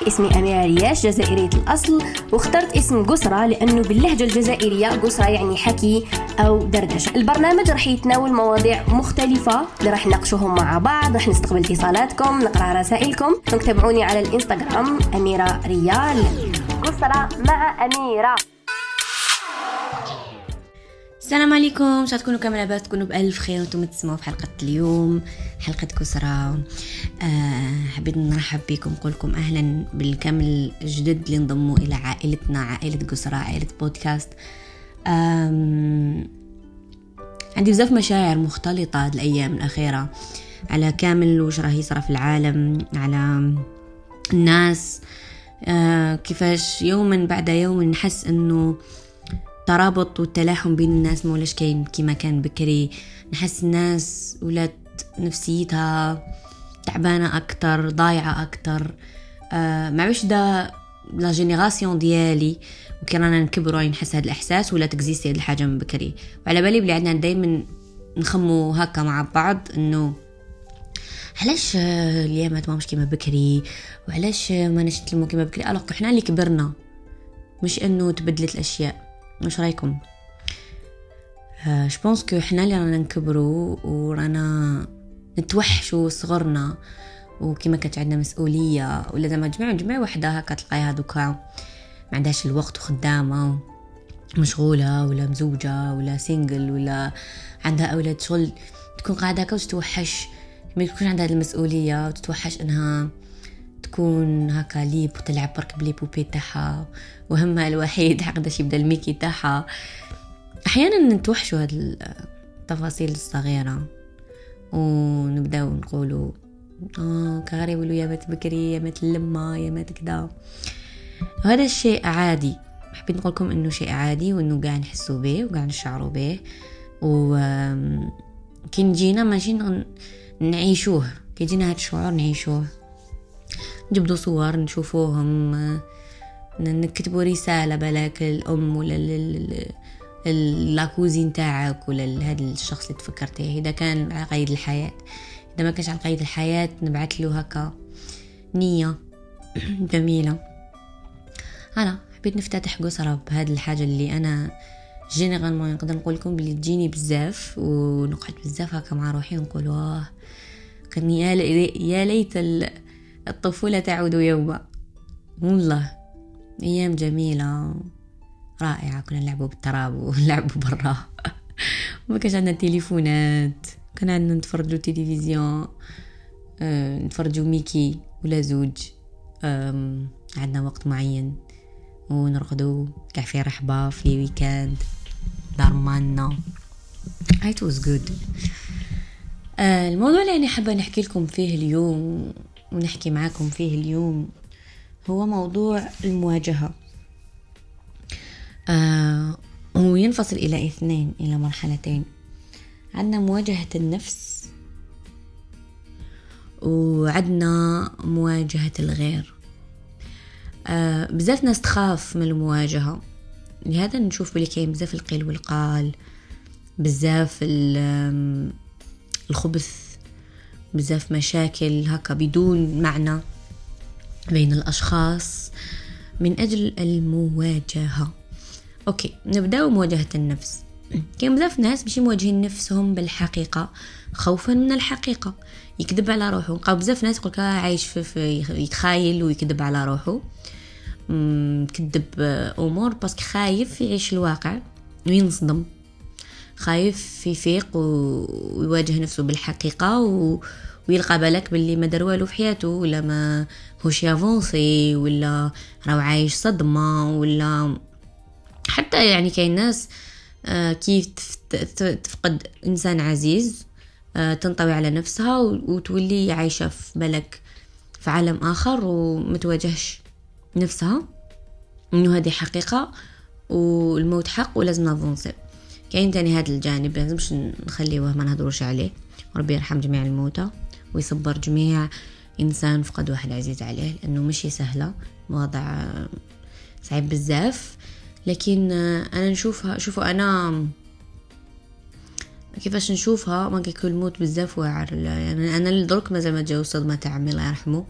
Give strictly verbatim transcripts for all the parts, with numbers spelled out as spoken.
اسمي أميرة رياش، جزائرية الأصل، واخترت اسم قسرة لأنه باللهجة الجزائرية قسرة يعني حكي أو دردشة. البرنامج رح يتناول مواضيع مختلفة اللي رح نناقشوهم مع بعض، رح نستقبل اتصالاتكم، نقرأ رسائلكم. تابعوني على الإنستغرام أميرة ريال. قسرة مع أميرة. السلام عليكم، شا تكونوا كامل لاباس، تكونوا بألف خير وانتم تسمعوا في حلقة اليوم، حلقة كسرة. أه حبيت نرحب بكم، نقول لكم أهلا بالكامل الجدد اللي انضموا إلى عائلتنا، عائلة كسرة، عائلة بودكاست. عندي بزاف مشاعر مختلطة هذه الأيام الأخيرة على كامل وش راه يصرى في العالم، على الناس، أه كيفاش يوما بعد يوم نحس أنه ترابط والتلاحم بين الناس مولاش كاين كيما كان بكري. نحس الناس ولات نفسيتها تعبانه اكثر، ضايعه اكثر. آه ما باش دا لا جينيراسيون ديالي وكي رانا نكبروا نحس هذا الاحساس ولا تكزيستي هذه الحاجه من بكري. وعلى بالي بلي عندنا دائما نخمو هكا مع بعض انه علاش اليامات ما مش كيما بكري، وعلاش ما نشتلمو كيما بكري. الوغ احنا اللي كبرنا، مش انه تبدلت الاشياء. مش رايكم؟ أه جبونس كو احنا اللي رانا نكبروا ورانا نتوحشوا صغرنا، وكما كانت عندنا مسؤوليه ولا زعما جماعه جماعه وحده هكا تلقايها دوكا ما عندهاش الوقت وخدامه مشغوله ولا مزوجه ولا سينجل ولا عندها اولاد شغل، تكون قاعده هكا وتتوحش ما يكونش عندها المسؤوليه، وتتوحش انها تكون هكا ليب وتلعب برك بلي بوبي تاعها وهمها الوحيد حقداش يبدا الميكي تاعها. احيانا نتوحشوا هاد التفاصيل الصغيره ونبداو نقولوا اه كغريب ولو يا مات بكري يا مات اللمه يا مات كذا. وهذا الشيء عادي، حبيت نقول لكم انه شيء عادي وانه قاعد نحسوا به وقاعد نشعروا به، وكي نجينا ماشي نعيشوه، كي جينا هاد الشعور نعيشوه، نجبدوا صور نشوفوهم، نكتبوا رسالة بلاك الأم ولا اللاكوزين تاعك ولا هذا الشخص اللي تفكرتيه إذا كان على قيد الحياة. إذا ما كانش على قيد الحياة نبعث له هكا نية جميلة. أنا حبيت نفتتح قصرة بهذه الحاجة اللي أنا جينيرال ما نقدر نقول لكم بلي تجيني بزاف، ونقعد بزاف هكا مع روحي ونقول واه كان يا ليت الطفولة تعود يوما. والله أيام جميلة رائعة، كنا نلعبوا بالتراب ونلعبوا برا وما كانش عندنا تليفونات، كان عندنا نتفرجوا تلفزيون، أه نتفرجوا ميكي ولا زوج، عندنا وقت معين ونرقدوا كافي رحبة في ويكاند دار مالنا. it was good. أه الموضوع اللي أنا حابة نحكي لكم فيه اليوم ونحكي معاكم فيه اليوم هو موضوع المواجهة. آه وينفصل إلى اثنين، إلى مرحلتين. عندنا مواجهة النفس وعندنا مواجهة الغير. آه بزاف ناس تخاف من المواجهة، لهذا نشوف بلي كاين بزاف القيل والقال، بزاف الخبث، بزاف مشاكل هكا بدون معنى بين الأشخاص من أجل المواجهة. أوكي، نبدأ مواجهة النفس. كاين بزاف ناس مش مواجهين نفسهم بالحقيقة خوفا من الحقيقة، يكذب على روحه. قاو بزاف ناس يقولك عايش في, في يتخايل ويكذب على روحه، كذب أمور باسك خايف يعيش الواقع وينصدم، خايف يفيق ويواجه نفسه بالحقيقة و... ويلقى بالك باللي ما دار والو في حياته، ولا ما هوش يافونسي، ولا راهو عايش صدمة، ولا حتى يعني كاين ناس آه كيف تفقد إنسان عزيز آه تنطوي على نفسها وتولي عايشة في بالك في عالم آخر ومتواجهش نفسها إنه هذه حقيقة والموت حق ولازم نافونسي. كاين تاني هذا الجانب لازمش نخليوه ما نهضروش عليه، وربي يرحم جميع الموتى ويصبر جميع إنسان فقد واحد عزيز عليه، لأنه مش سهلة، وضع صعب بزاف. لكن أنا نشوفها شوفوا أنا كيفاش نشوفها ما كيكون الموت بزاف واعر. يعني أنا لدرك مازال ما جاو صدمة تاع عمي الله يرحمه،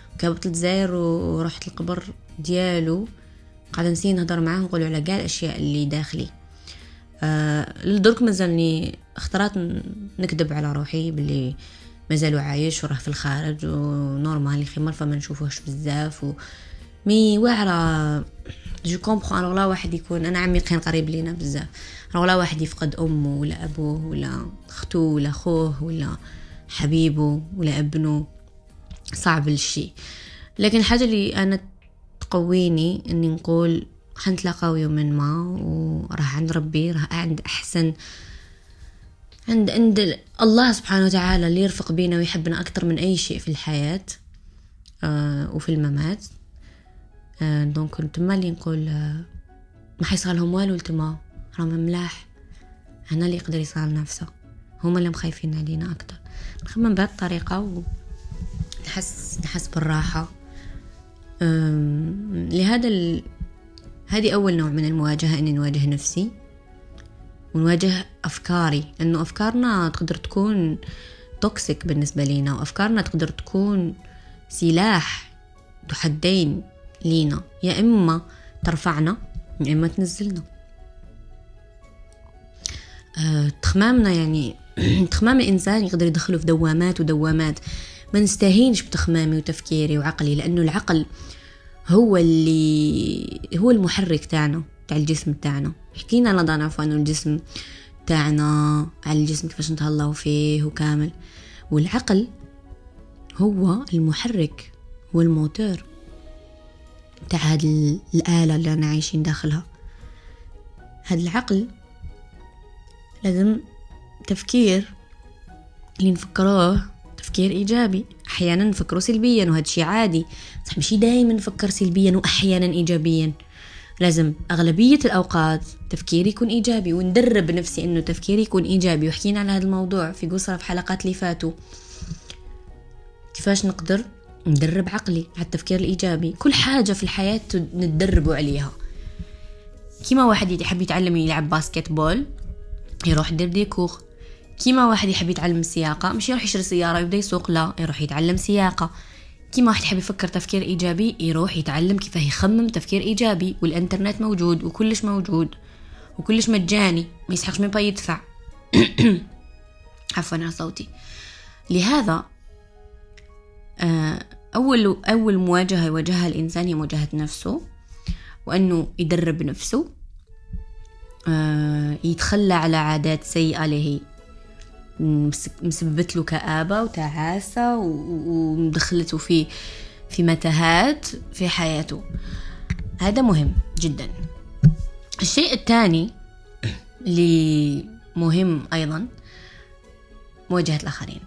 كابت الجزائر ورحت القبر ديالو، قاعدة نسين نهضر معاه ونقول على كاع الاشياء اللي داخلي. أه لدرك مازالني اخترت نكذب على روحي باللي مازالو عايش وراه في الخارج ونورمال خمر فما نشوفوهش بزاف و مي واعره جو كومبرون. الوغ لا واحد يكون، انا عمي كان قريب لينا بزاف، الوغ لا واحد يفقد امه ولا ابوه ولا اخته ولا خوه ولا حبيبه ولا ابنه، صعب الشيء. لكن الحاجه اللي انا تقويني اني نقول حنتلاقاو يوما ما وراح عند ربي، راح عند احسن عند عند الله سبحانه وتعالى اللي يرفق بينا ويحبنا اكثر من اي شيء في الحياه آه وفي الممات. آه دونك كنت مالي نقول آه ما حيصير لهم والو، التما راهم ملاح، انا اللي يقدر يصير نفسه، هما اللي مخايفين علينا اكثر. نخمم بهذه الطريقه ونحس نحس بالراحه. لهذا ال... هذه أول نوع من المواجهة، إني نواجه نفسي ونواجه أفكاري، لأنه أفكارنا تقدر تكون توكسيك بالنسبة لينا، وأفكارنا تقدر تكون سلاح ذو حدين لينا، يا إما ترفعنا يا إما تنزلنا. أه تخمامنا يعني تخمام الإنسان يقدر يدخله في دوامات ودوامات. ما نستهينش بتخمامي وتفكيري وعقلي، لأنه العقل هو اللي هو المحرك تاعنا، تاع الجسم تاعنا. حكينا لنا نعرف أنه الجسم تاعنا على الجسم كيفاش نتهلاو فيه وكامل، والعقل هو المحرك، هو الموتور تاع هذه الآلة اللي أنا عايشين داخلها. هذا العقل لازم تفكير اللي نفكروه تفكير إيجابي، أحيانا نفكروا سلبيا وهذا شيء عادي، صح مشي دايما نفكر سلبيا وأحيانا إيجابيا. لازم أغلبية الأوقات تفكيري يكون إيجابي، وندرب نفسي إنه تفكيري يكون إيجابي. وحكينا على هذا الموضوع في قصة في حلقات اللي فاتوا، كيفاش نقدر ندرب عقلي على التفكير الإيجابي. كل حاجة في الحياة ندربوا عليها. كيما واحد يحب يتعلم يلعب باسكت بول يروح يدير ديكور، كيما واحد يحب يتعلم السياقة مش يروح يشتري سيارة يبدأ يسوق، لا يروح يتعلم سياقة. كيما واحد يحب يفكر تفكير إيجابي يروح يتعلم كيف يخمم تفكير إيجابي. والإنترنت موجود وكلش موجود وكلش مجاني، ما يسحقش من با يدفع. عفوا على صوتي. لهذا أول أول مواجهة يواجهها الإنسان هي مواجهة نفسه، وأنه يدرب نفسه، يتخلى على عادات سيئة له مسببت له كآبة وتعاسة ومدخلته في في متاهات في حياته. هذا مهم جدا. الشيء الثاني اللي مهم أيضا مواجهة الآخرين.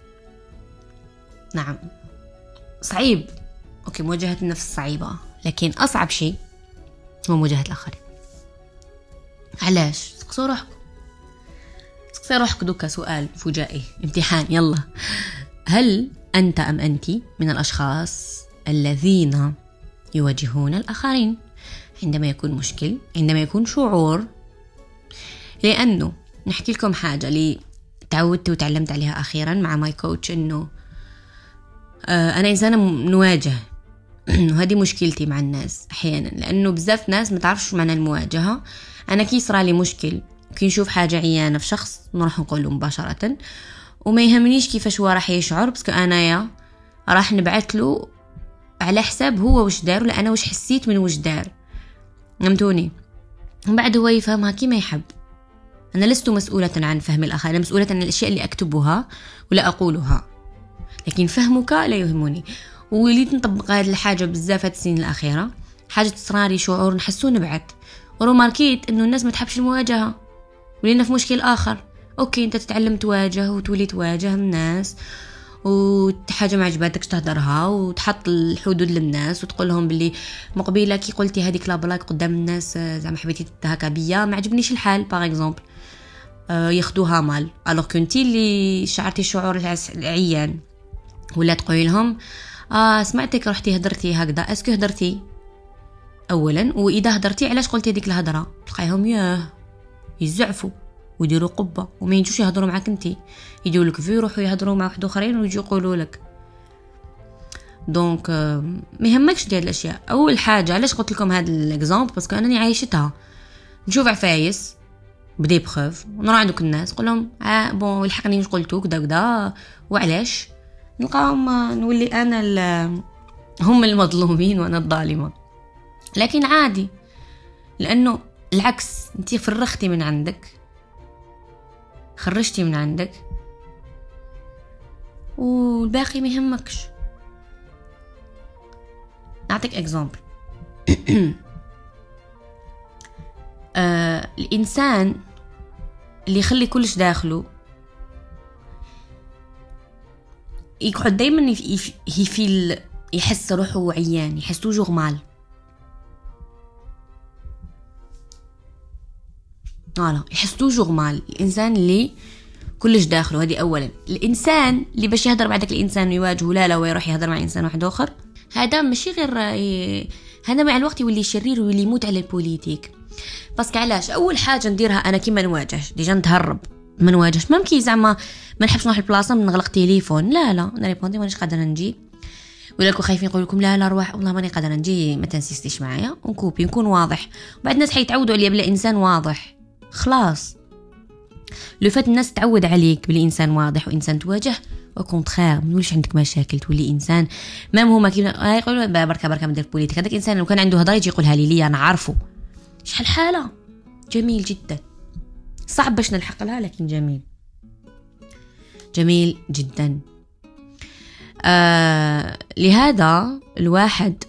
نعم صعيب، أوكي مواجهة النفس صعيبة، لكن أصعب شيء هو مواجهة الآخرين. علاش؟ سقسوا روحكم سقسوا روحك دوكا سؤال فجائي، امتحان، يلا. هل أنت أم أنت من الأشخاص الذين يواجهون الآخرين عندما يكون مشكل، عندما يكون شعور؟ لأنه نحكي لكم حاجة اللي تعودت وتعلمت عليها أخيرا مع ماي كوتش، إنه آه أنا إنسانة نواجه وهذه مشكلتي مع الناس أحيانا، لأنه بزاف ناس ما تعرفش معنى المواجهة. أنا كي صار لي مشكل كي نشوف حاجة عيانة في شخص نروح نقوله مباشرة، وما يهمنيش كيفاش هو راح يشعر، بس أنايا راح نبعث له على حساب هو وش دار ولا أنا وش حسيت من وش دار. نمتوني من بعد هو يفهمها كيما يحب. أنا لست مسؤولة عن فهم الآخر، أنا مسؤولة عن الأشياء اللي أكتبها ولا أقولها، لكن فهمك لا يهمني. وليت نطبق هذه الحاجة بزاف هاد السنين الأخيرة، حاجة إصراري شعور نحسو نبعث. وروماركيت إنه الناس ما تحبش المواجهة، ولينا في مشكل آخر. أوكي أنت تتعلم تواجه وتولي تواجه الناس، وحاجة ما عجبتكش تهدرها وتحط الحدود للناس وتقول لهم باللي مقبلة كي قلتي هذيك لا بلاك قدام الناس زعما حبيتي تهكا بيا ما عجبنيش الحال باغ اكزومبل، آه ياخدوها مال. الوغ كنتي اللي شعرتي الشعور العيان ولا تقولي لهم اه سمعتك رحتي هدرتي هكذا، اسكو هدرتي اولا؟ واذا هدرتي علاش قلتي هذيك الهضره؟ تلقايهم ياه يزعفوا ويديروا قبه وما ينجوش يهضروا معاك انت، يديروا لك في يروحوا يهضروا مع واحد اخرين ويجي يقولوا لك. دونك ما يهمكش دي هاد الاشياء. اول حاجه علاش قلت لكم هاد الاكزامبل باسكو انني عايشتها. نشوف عفايس بدي بخوف ونروح عندك الناس نقول لهم اه بون الحقني واش قلتو كدا كدا وعلاش، نلقاهم نولي انا هم المظلومين وانا الظالمه. لكن عادي، لانه العكس انتي فرختي من عندك، خرجتي من عندك، والباقي ما يهمكش. نعطيك اكزامبل. آه، الانسان اللي يخلي كلش داخله يقعد دايما يفيل، يحس روحه عيان، يحس توجور مال. فوالا يحس توجور مال. الانسان اللي كلش داخله، هذه اولا. الانسان اللي باش يهضر مع داك الانسان ويواجهه لا لا ويروح يهضر مع انسان واحد اخر، هذا ماشي غير هذا مع الوقت يولي شرير ويولي يموت على البوليتيك. باسكو علاش؟ اول حاجه نديرها انا كيما نواجهش ديجا نتهرب، ما نواجهش. ممكن زعما ما نحبش نروح البلاصه نغلق تليفون، لا لا نريبوندي مانيش قادره نجي، ولا كون خايفين نقول لكم لا لا روح والله ماني قادره نجي، ما تنسيستيش معايا، ونكوبي نكون واضح. وبعد الناس حيتعودوا عليا بلا انسان واضح، خلاص. لو فات الناس تعود عليك بلي انسان واضح وانسان تواجه، وكونترير ما يوليش عندك مشاكل، تولي انسان مام هما كيما يقولوا بركه بركه ندير بوليتيك. هذاك الانسان لو كان عنده هضره يجي يقولها لي لي انا عارفه. شحال حاله جميل جدا، صعب باش نلحق لها لكن جميل جميل جدا. آه لهذا الواحد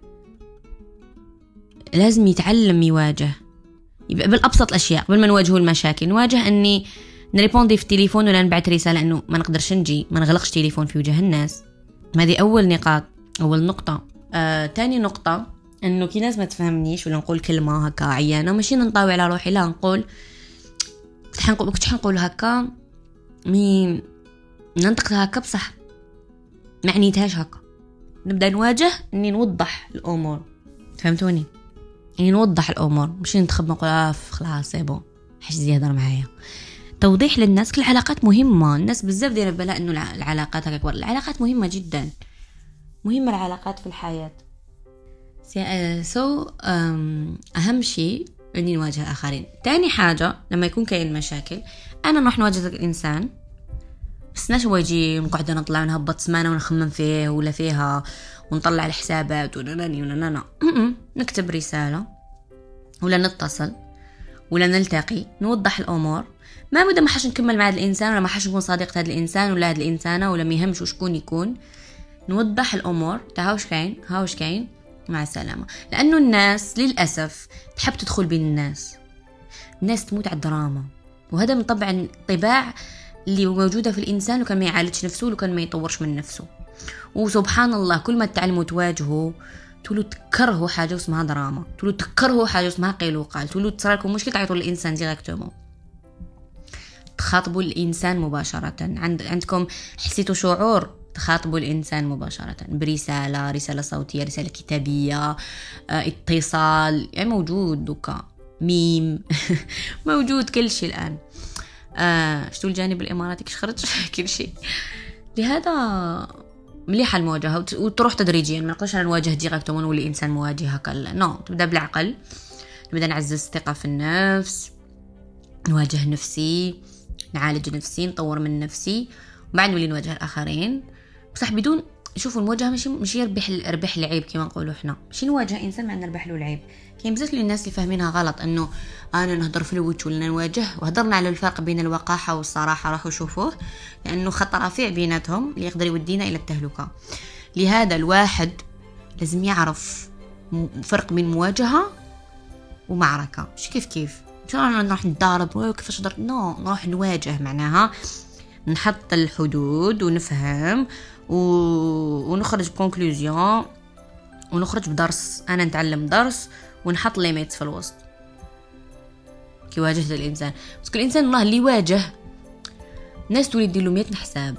لازم يتعلم يواجه، يبقى بالابسط الاشياء. قبل ما نواجهوا المشاكل نواجه اني نريبوندي في التليفون ولا نبعث رساله انه ما نقدرش نجي، ما نغلقش تليفون في وجه الناس. هذه اول نقاط، اول نقطه. آه، تاني نقطه انه كي ناس ما تفهمنيش ولا نقول كلمه هكا عيانه، ماشي ننطوي على روحي، لا نقول كنت حنقول كنت حنقول هكا مي ننطق هكا بصح ما عنيتهاش هكا. نبدا نواجه اني نوضح الامور، فهمتوني؟ يعني نوضح الامور، ماشي نتخبى نقول اه خلاص سي بون حاجه يهضر معايا. توضيح للناس. كل العلاقات مهمه، الناس بزاف دايره بالها انه العلاقات هكا كبر. العلاقات مهمه جدا، مهمه العلاقات في الحياه. سو اهم شيء اني نواجه الاخرين. تاني حاجه لما يكون كاين مشاكل انا نروح نواجه الانسان، بس ناش هو يجي نقعد نطلع نهبط سمانه ونخمم فيه ولا فيها ونطلع الحسابات ولا ناني ولا نانا. نكتب رساله ولا نتصل ولا نلتقي، نوضح الامور. ما بدا ما حاش نكمل مع هذا الانسان ولا ما حاش نكون صديقه هذا الانسان ولا هذه الانسانه ولا ما يهمش شكون يكون، نوضح الامور تاع واش كاين ها واش كاين مع السلامه. لانه الناس للاسف تحب تدخل بين الناس، الناس تموت على الدراما، وهذا من طبع الطباع اللي موجوده في الانسان لو كان ما يعالجش نفسه، لو كان ما يطورش من نفسه. وسبحان الله كل ما تعلموا تواجهوا تولوا تكرهوا حاجه اسمها دراما، تولوا تكرهوا حاجه اسمها قيل وقال، تولوا تصير لكم مشكل تعيطوا للانسان ديريكتومون، تخاطبوا الانسان مباشره. عند عندكم حسيتوا شعور تخاطبوا الانسان مباشره برساله، رساله صوتيه، رساله كتابيه، اه اتصال، يعني موجود دوكا ميم موجود كل شيء الان. آه شتو الجانب الاماراتي كش خرج كل شيء. لهذا مليحه المواجهه وتروح تدريجيا، ما نقولش انا نواجه ديريكتومون ونولي انسان مواجه هكا، نو. تبدا بالعقل، نبدا نعزز الثقه في النفس، نواجه نفسي، نعالج نفسي، نطور من نفسي، وبعد نولي نواجه الاخرين. بصح بدون شوفوا المواجهه ماشي ماشي يربح ربح العيب كما نقولوا احنا، ماشي نواجه انسان مع نربح له العيب. كاين بزاف الناس اللي فاهمينها غلط، انه انا نهضر في الوجه ولا نواجه. وهضرنا على الفرق بين الوقاحه والصراحه، راحوا شوفوه، لانه خطر رفيع بيناتهم اللي يقدر يودينا الى التهلكه. لهذا الواحد لازم يعرف فرق بين مواجهه ومعركه. مش كيف كيف ان شاء الله نروح نضارب كيفاش هضرت، نو نروح نواجه، معناها نحط الحدود ونفهم و... ونخرج بكونكلوزيون ونخرج بدرس. انا نتعلم درس ونحط ليميت في الوسط كي واجهت الانسان. بس كل انسان الله اللي يواجه الناس تولي دير له مية حساب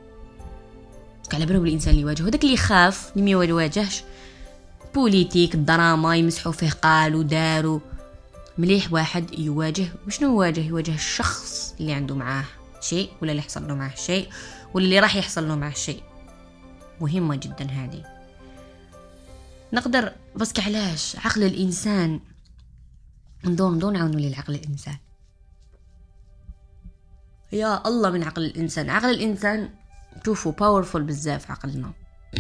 على بالو الانسان اللي يواجه. هذاك اللي يخاف اللي ما يواجهش بوليتيك الدراما يمسحوا فيه قالوا داروا. مليح واحد يواجه. وشنو يواجه؟ يواجه الشخص اللي عنده معاه شيء ولا اللي يحصل له معاه شيء ولا اللي راح يحصل له معاه شيء. مهمة جدا هذه. نقدر بس علاش عقل الإنسان ندور ندور نعاونوا للعقل الإنسان. يا الله من عقل الإنسان، عقل الإنسان شوفوا باورفول بزاف عقلنا.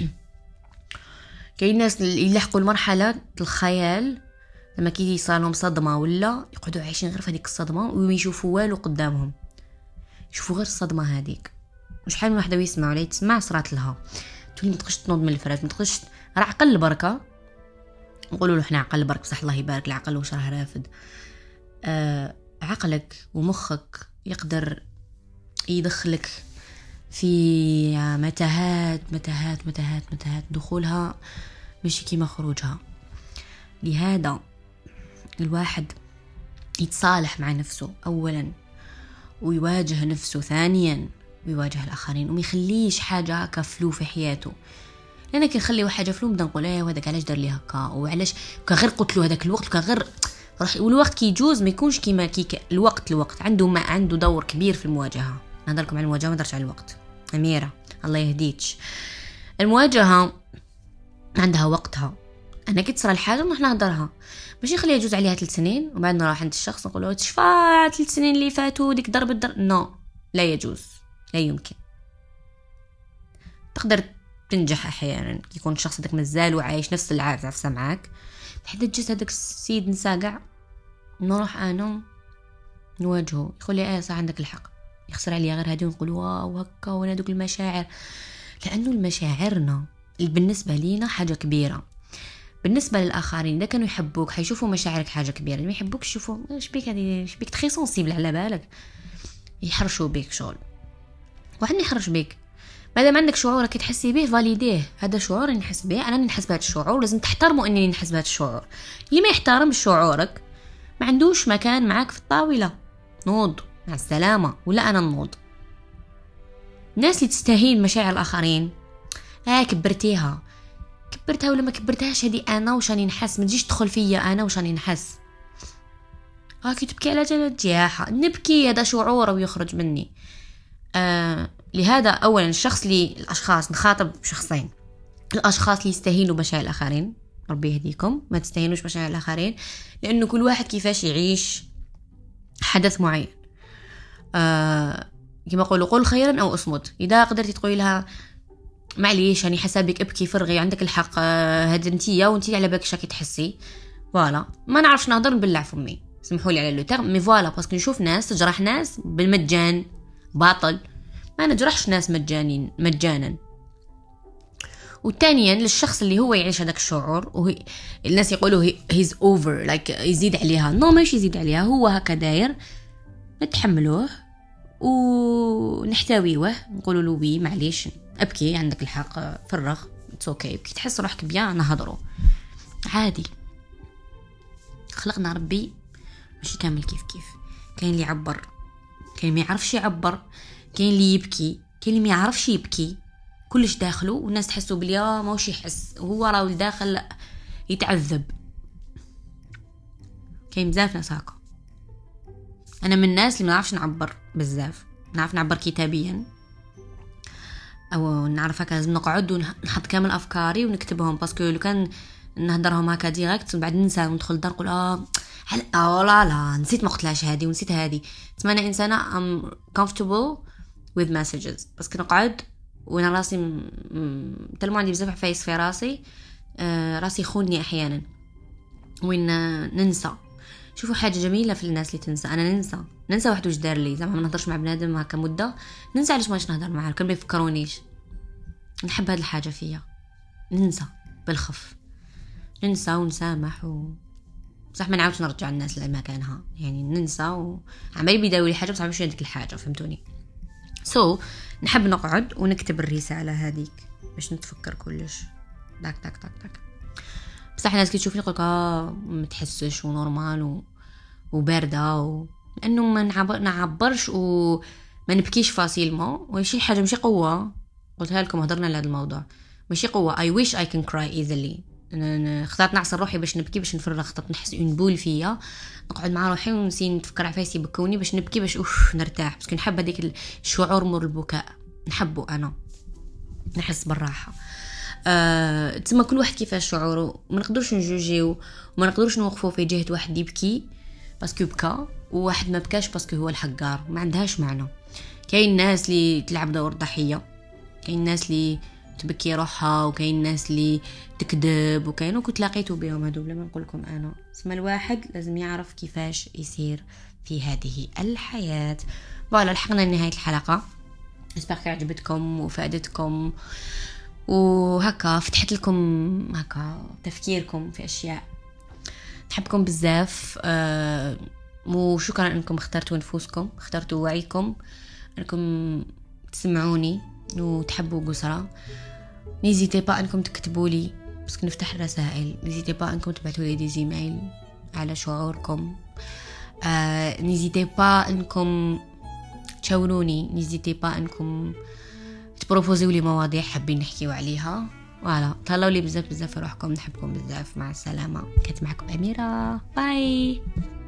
كاين ناس اللي يلحقوا المرحلة الخيال لما كي يصير لهم صدمة ولا يقعدوا عايشين غير في هذيك الصدمة وما يشوفوا والو قدامهم، يشوفوا غير الصدمة هذيك. وشحال من وحده ويسمع ولا يتسمع صرات لها تولي ما تقدرش تنوض من الفراش، ما تقدرش راه عقل بركه. نقولوا له حنا عقل برك بصح الله يبارك العقل واش راه رافد. آه عقلك ومخك يقدر يدخلك في متاهات متاهات متاهات متاهات دخولها ماشي كيما خروجها. لهذا الواحد يتصالح مع نفسه اولا ويواجه نفسه ثانيا ويواجه الاخرين، وما يخليش حاجه هكا فلو في حياته. لأن كي نخلي واحد حاجه فلو نبدا نقول ايه وهذاك علاش دار لي هكا وعلاش كان غير قلت له هذاك الوقت كان غير راح. والوقت كي يجوز ما يكونش كيما كي الوقت الوقت عنده ما عنده دور كبير في المواجهه. نهضر لكم على المواجهه ما درتش على الوقت. اميره الله يهديكش، المواجهه عندها وقتها. انا كي تصرى الحاجه نروح نهضرها، ماشي نخليها يجوز عليها ثلاث سنين وبعد نروح عند الشخص نقول له تشفى ثلاث سنين اللي فاتوا ديك ضرب الدر نو لا يجوز، لا يمكن. تقدر تنجح احيانا يكون الشخص هذاك مازال وعايش نفس العافيه عفسه معاك، حتى تجلس هذاك السيد نساقع نروح انا نواجهه يقول لي ايه صح عندك الحق، يخسر عليا غير هذه ونقول واو هكا وانا دوك المشاعر. لانه المشاعرنا بالنسبه لينا حاجه كبيره، بالنسبه للاخرين اذا كانوا يحبوك حيشوفوا مشاعرك حاجه كبيره. ما يحبوك يشوفوا اش بيك هذه اش بيك تخي سونسيبل على بالك، يحرشوا بيك شغل. واحد يحرش بيك مادام عندك شعور راكي تحسي به فاليديه، هذا شعور نحس به انا، نحس بهذا الشعور لازم تحترموا انني نحس بهذا الشعور. اللي ما يحترمش شعورك ما عندوش مكان معاك في الطاوله. نوض مع السلامه ولا انا نوض. الناس اللي تستهين مشاعر الاخرين اه كبرتيها كبرتها ولا ما كبرتهاش، هذه انا واش راني نحس، ما تجيش تدخل فيا انا واش راني نحس. اه كي تبكي على جاحه نبكي، هذا شعور ويخرج مني. آه لهذا اولا الشخص اللي الاشخاص نخاطب شخصين، الاشخاص اللي يستهينوا مشاعر الاخرين ربي يهديكم، ما تستهينوش مشاعر الاخرين، لانه كل واحد كيفاش يعيش حدث معين. آه كما يقولوا قول خيرا او اصمت. اذا قدرتي تقولي لها معليش راني حسابك ابكي فرغي عندك الحق، هاد انتيا وانتي على بالك شاكي تحسي فوالا، ما نعرفش نهضر نبلع فمي سمحوا لي على لو تيرم مي فوالا، باسكو نشوف ناس تجرح ناس بالمجان باطل، ما نجرحش ناس مجانين مجانا. وثانيا للشخص اللي هو يعيش هذاك الشعور وهي الناس يقولوا هيز اوفر لايك يزيد عليها، نو ماشي يزيد عليها، هو هكا داير، نتحملوه ونحتويه نقولوا له وي معليش ابكي عندك الحق فرغ اتس اوكي، كي تحس روحك بيان نهضروا عادي. خلقنا ربي ماشي كامل كيف كيف، كاين اللي يعبر كاين ما يعرفش يعبر، كاين اللي يبكي كاين اللي ما يعرفش يبكي، كلش داخله والناس تحسوا بليا ماوش يحس وهو راه الداخل يتعذب. كاين بزاف ناس هكا. انا من الناس اللي ما نعرفش نعبر بزاف، نعرف نعبر كتابيا او نعرف هكا لازم نقعد ونحط كامل افكاري ونكتبهم، باسكو لو كان نهضرهم هكا ديريكت بعد ننسى وندخل الدار نقول اه اه لا لا نسيت ما قلتلاش هذه ونسيت هذه. تسمى انسانه ام comfortable with messages، بس كنقعد وانا راسي م... تلمو عندي بزاف عفايس في راسي، آه راسي يخونني احيانا وين ننسى. شوفوا حاجه جميله في الناس اللي تنسى، انا ننسى ننسى واحد واش دار لي، زعما ما نهضرش مع بنادم هكا مده ننسى علاش ماش نهضر معاه، كان ما يفكرونيش. نحب هذه الحاجه فيا، ننسى بالخف، ننسى ونسامح و... بصح ما نعاودش نرجع الناس لمكانها، يعني ننسى وعمالي بيداوي لي حاجه بصح ماشي هذيك الحاجه، فهمتوني؟ سو so, نحب نقعد ونكتب الرساله هذيك باش نتفكر كلش داك داك داك داك. بصح الناس كي تشوفني يقولك اه ما تحسش ونورمال و... وبارده و... لانه ما نعبر... نعبرش وما نبكيش فاسيلمون، وشي حاجه ماشي قوه. قلتها لكم هضرنا على هذا الموضوع، ماشي قوه. I wish I can cry easily. انا خطات نعصر روحي باش نبكي باش نفرغ، خطات نحس اون بول فيا نقعد مع روحي ونسي نتفكر عفايسي يبكوني باش نبكي باش اوف نرتاح، بس نحب هذيك الشعور مر البكاء نحبه، انا نحس بالراحه. أه تسمى كل واحد كيفاش شعوره، ما نقدرش نجوجيو وما نقدرش نوقفوا في جهه واحد يبكي باسكو بكى وواحد ما بكاش باسكو هو الحقار، ما عندهاش معنى. كاين الناس اللي تلعب دور الضحيه، كاين الناس اللي تبكي روحها، وكاين الناس اللي تكذب، وكاين وكنت لقيتو بهم هادو بلا ما نقول لكم انا. اسم الواحد لازم يعرف كيفاش يسير في هذه الحياه. فوالا لحقنا لنهايه الحلقه، اسبق عجبتكم وفادتكم وهكا فتحت لكم هكا تفكيركم في اشياء. نحبكم بزاف أه وشكرا انكم اخترتوا نفوسكم، اخترتوا وعيكم انكم تسمعوني وتحبوا قسرة. نيزيتي با انكم تكتبوا لي بس نفتح الرسائل، نيزيتي با انكم تبعتوا لي دي زيميل على شعوركم، آه نيزيتي با انكم تشاوروني، نيزيتي با انكم تبروفوزيو لي مواضيع حابين نحكيو عليها. فوالا تهلاو لي بزاف بزاف في روحكم، نحبكم بزاف، مع السلامه. كانت معكم اميره، باي.